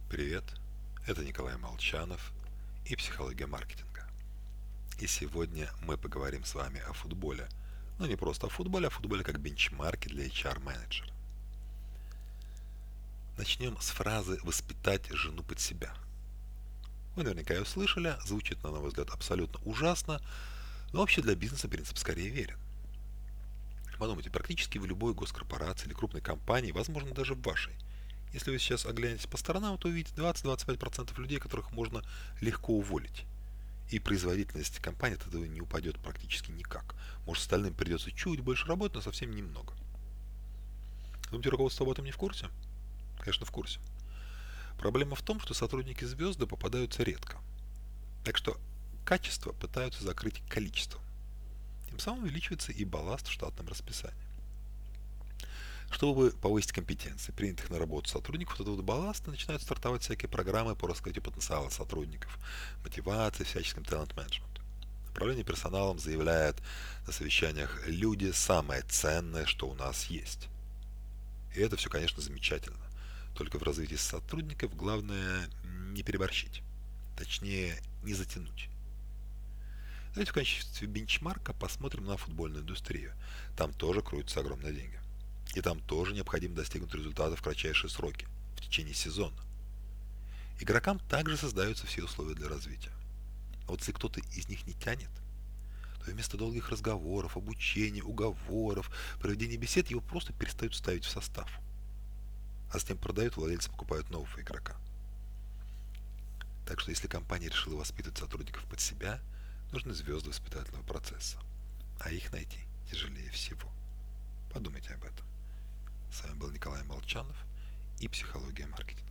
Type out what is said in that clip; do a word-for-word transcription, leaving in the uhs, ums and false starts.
Привет, это Николай Молчанов и «Психология маркетинга». И сегодня мы поговорим с вами о футболе. Но не просто о футболе, а о футболе как бенчмарке для эйч ар-менеджера. Начнем с фразы «воспитать жену под себя». Вы наверняка ее слышали, звучит, на мой взгляд, абсолютно ужасно, но вообще для бизнеса принцип скорее верен. Подумайте, практически в любой госкорпорации или крупной компании, возможно, даже в вашей. Если вы сейчас оглянетесь по сторонам, то увидите двадцать-двадцать пять процентов людей, которых можно легко уволить. И производительность компании от этого не упадет практически никак. Может, остальным придется чуть больше работать, но совсем немного. Думаете, руководство об этом не в курсе? Конечно, в курсе. Проблема в том, что сотрудники звезды попадаются редко. Так что качество пытаются закрыть количеством. Тем самым увеличивается и балласт в штатном расписании. Чтобы повысить компетенции принятых на работу сотрудников, от этого балласта начинают стартовать всякие программы по раскрытию потенциала сотрудников, мотивации, всяческим талант-менеджменту. Управление персоналом заявляет на совещаниях: люди самое ценное, что у нас есть. И это все, конечно, замечательно. Только в развитии сотрудников главное не переборщить. Точнее, не затянуть. Давайте в качестве бенчмарка посмотрим на футбольную индустрию. Там тоже крутятся огромные деньги. И там тоже необходимо достигнуть результата в кратчайшие сроки, в течение сезона. Игрокам также создаются все условия для развития. А вот если кто-то из них не тянет, то вместо долгих разговоров, обучения, уговоров, проведения бесед его просто перестают ставить в состав. А затем продают, владельцы покупают нового игрока. Так что если компания решила воспитывать сотрудников под себя, нужны звезды воспитательного процесса. А их найти тяжелее всего. Подумайте об этом. С вами был Николай Молчанов и «Психология маркетинга».